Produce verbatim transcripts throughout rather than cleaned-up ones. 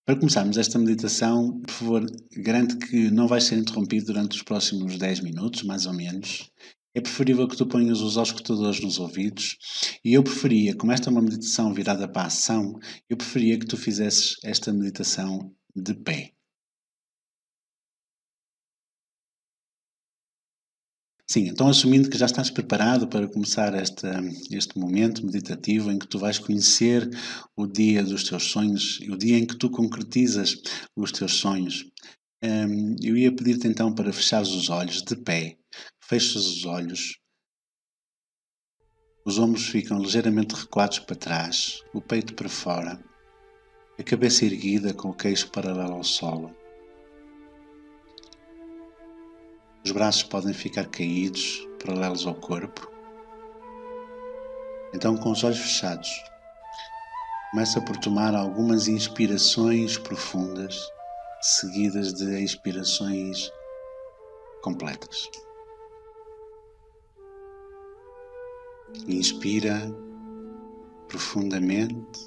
Para começarmos esta meditação, por favor, garante que não vais ser interrompido durante os próximos dez minutos, mais ou menos. É preferível que tu ponhas os auscultadores nos ouvidos e eu preferia, como esta é uma meditação virada para a ação, eu preferia que tu fizesses esta meditação de pé. Sim, então assumindo que já estás preparado para começar esta, este momento meditativo em que tu vais conhecer o dia dos teus sonhos, o dia em que tu concretizas os teus sonhos, hum, eu ia pedir-te então para fechares os olhos de pé. Fechas os olhos, os ombros ficam ligeiramente recuados para trás, o peito para fora, a cabeça erguida com o queixo paralelo ao solo. Os braços podem ficar caídos, paralelos ao corpo. Então, com os olhos fechados, começa por tomar algumas inspirações profundas, seguidas de expirações completas. Inspira profundamente,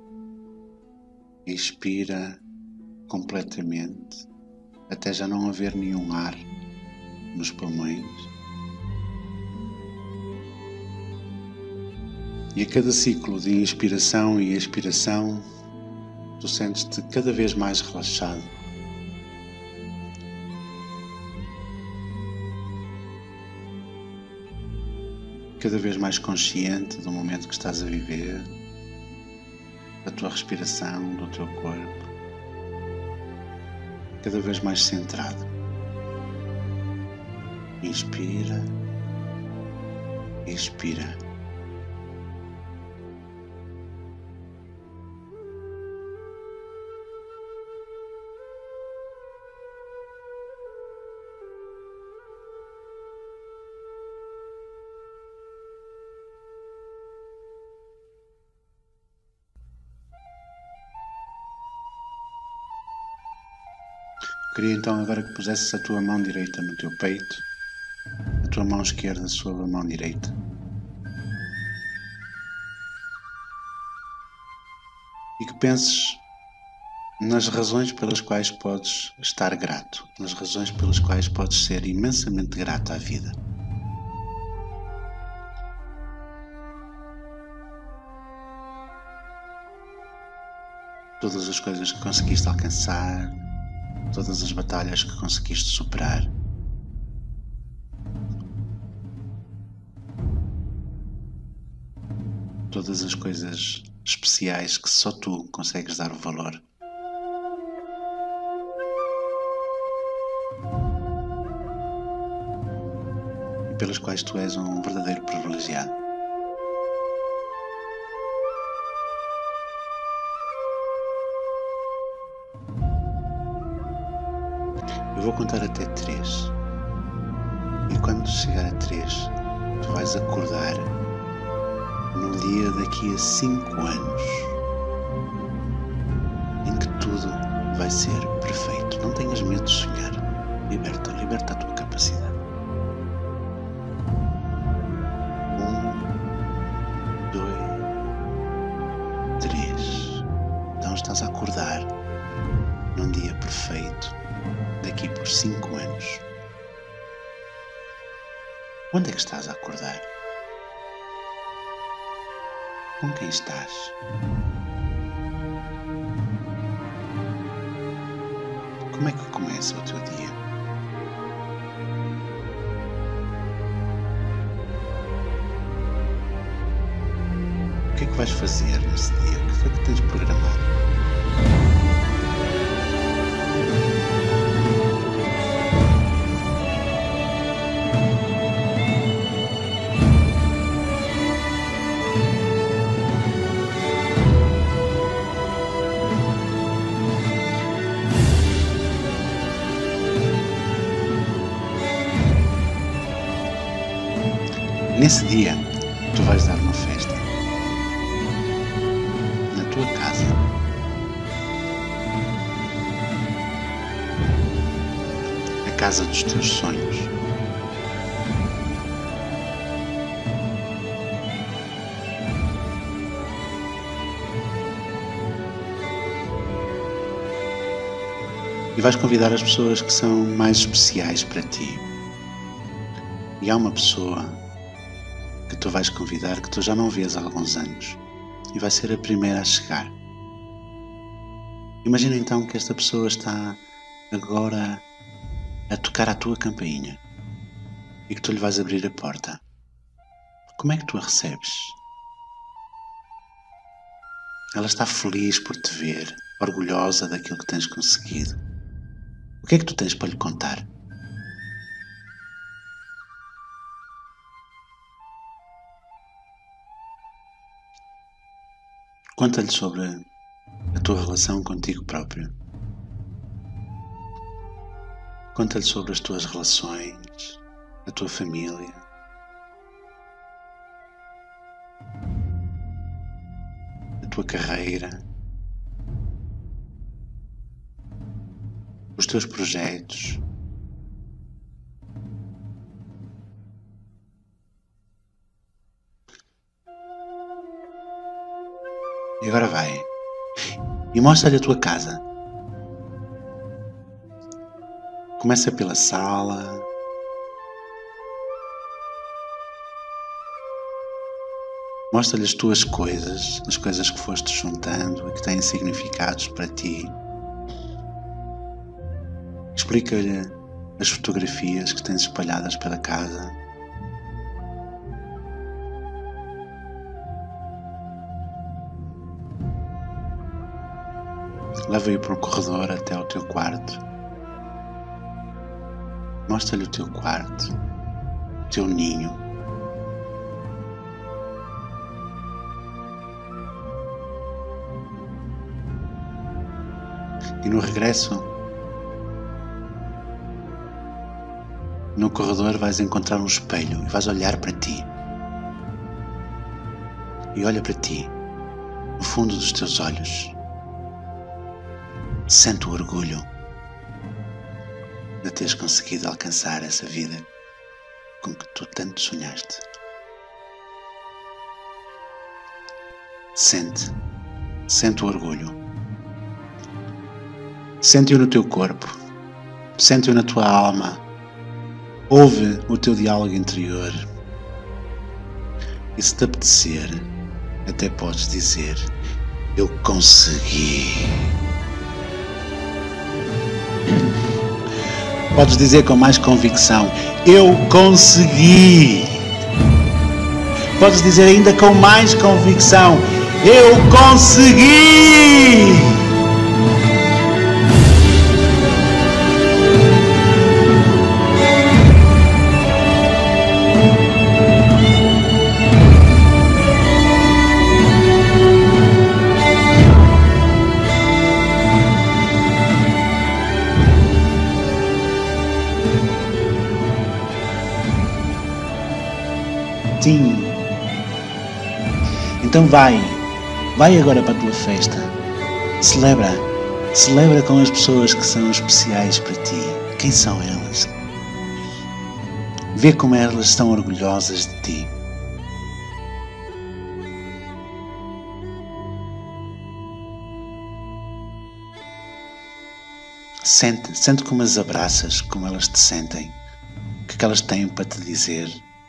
expira completamente, até já não haver nenhum ar nos pulmões. E a cada ciclo de inspiração e expiração, tu sentes-te cada vez mais relaxado. Cada vez mais consciente do momento que estás a viver, da tua respiração, do teu corpo. Cada vez mais centrado. Inspira, expira. Queria então agora que pusesses a tua mão direita no teu peito, a tua mão esquerda sobre a mão direita. E que penses nas razões pelas quais podes estar grato, nas razões pelas quais podes ser imensamente grato à vida. Todas as coisas que conseguiste alcançar, todas as batalhas que conseguiste superar. Todas as coisas especiais que só tu consegues dar o valor. E pelas quais tu és um verdadeiro privilegiado. Eu vou contar até três. E quando chegar a três, tu vais acordar num dia daqui a cinco anos em que tudo vai ser perfeito. Não tenhas medo de sonhar. Liberta, liberta a tua capacidade. Um, dois, três. Então estás a acordar num dia perfeito daqui por cinco anos. Onde é que estás a acordar? Com quem estás? Como é que começa o teu dia? O que é que vais fazer nesse dia? O que é que tens programado? Nesse dia, tu vais dar uma festa na tua casa. A casa dos teus sonhos. E vais convidar as pessoas que são mais especiais para ti. E há uma pessoa que tu vais convidar que tu já não vês há alguns anos. E vai ser a primeira a chegar. Imagina então que esta pessoa está agora a tocar à tua campainha. E que tu lhe vais abrir a porta. Como é que tu a recebes? Ela está feliz por te ver, orgulhosa daquilo que tens conseguido. O que é que tu tens para lhe contar? Conta-lhe sobre a tua relação contigo próprio. Conta-lhe sobre as tuas relações, a tua família. A tua carreira. Os teus projetos. E agora vai. E mostra-lhe a tua casa. Começa pela sala. Mostra-lhe as tuas coisas, as coisas que foste juntando e que têm significados para ti. Explica-lhe as fotografias que tens espalhadas pela casa. Leva-o para o corredor até ao teu quarto. Mostra-lhe o teu quarto, o teu ninho. E no regresso, no corredor vais encontrar um espelho e vais olhar para ti. E olha para ti, no fundo dos teus olhos. Sente o orgulho de teres conseguido alcançar essa vida com que tu tanto sonhaste. Sente, sente o orgulho. Sente-o no teu corpo, sente-o na tua alma. Ouve o teu diálogo interior. E se te apetecer, até podes dizer: eu consegui. Podes dizer com mais convicção: eu consegui. Podes dizer ainda com mais convicção: eu consegui. Sim. Então vai, vai agora para a tua festa. Celebra, celebra com as pessoas que são especiais para ti. Quem são elas? Vê como elas estão orgulhosas de ti. Sente, sente como as abraças, como elas te sentem, o que elas têm para te dizer.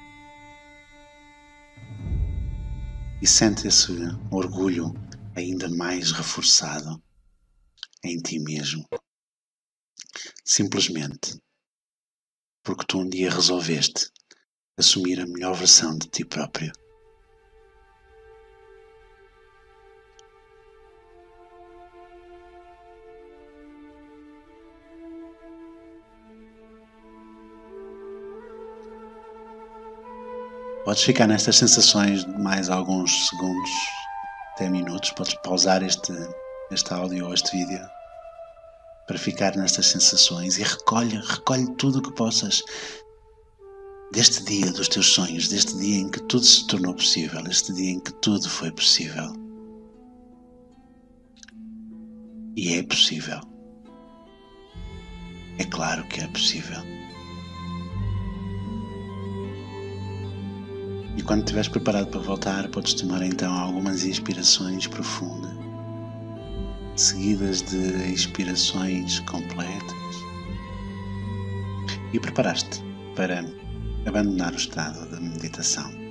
E sente esse orgulho ainda mais reforçado em ti mesmo. Simplesmente porque tu um dia resolveste assumir a melhor versão de ti próprio. Podes ficar nestas sensações de mais alguns segundos, até minutos. Podes pausar este, este áudio ou este vídeo para ficar nestas sensações e recolhe, recolhe tudo o que possas deste dia dos teus sonhos, deste dia em que tudo se tornou possível, este dia em que tudo foi possível. E é possível. É claro que é possível. E quando estiveres preparado para voltar, podes tomar então algumas inspirações profundas. seguidas de expirações completas, e preparaste para abandonar o estado de meditação.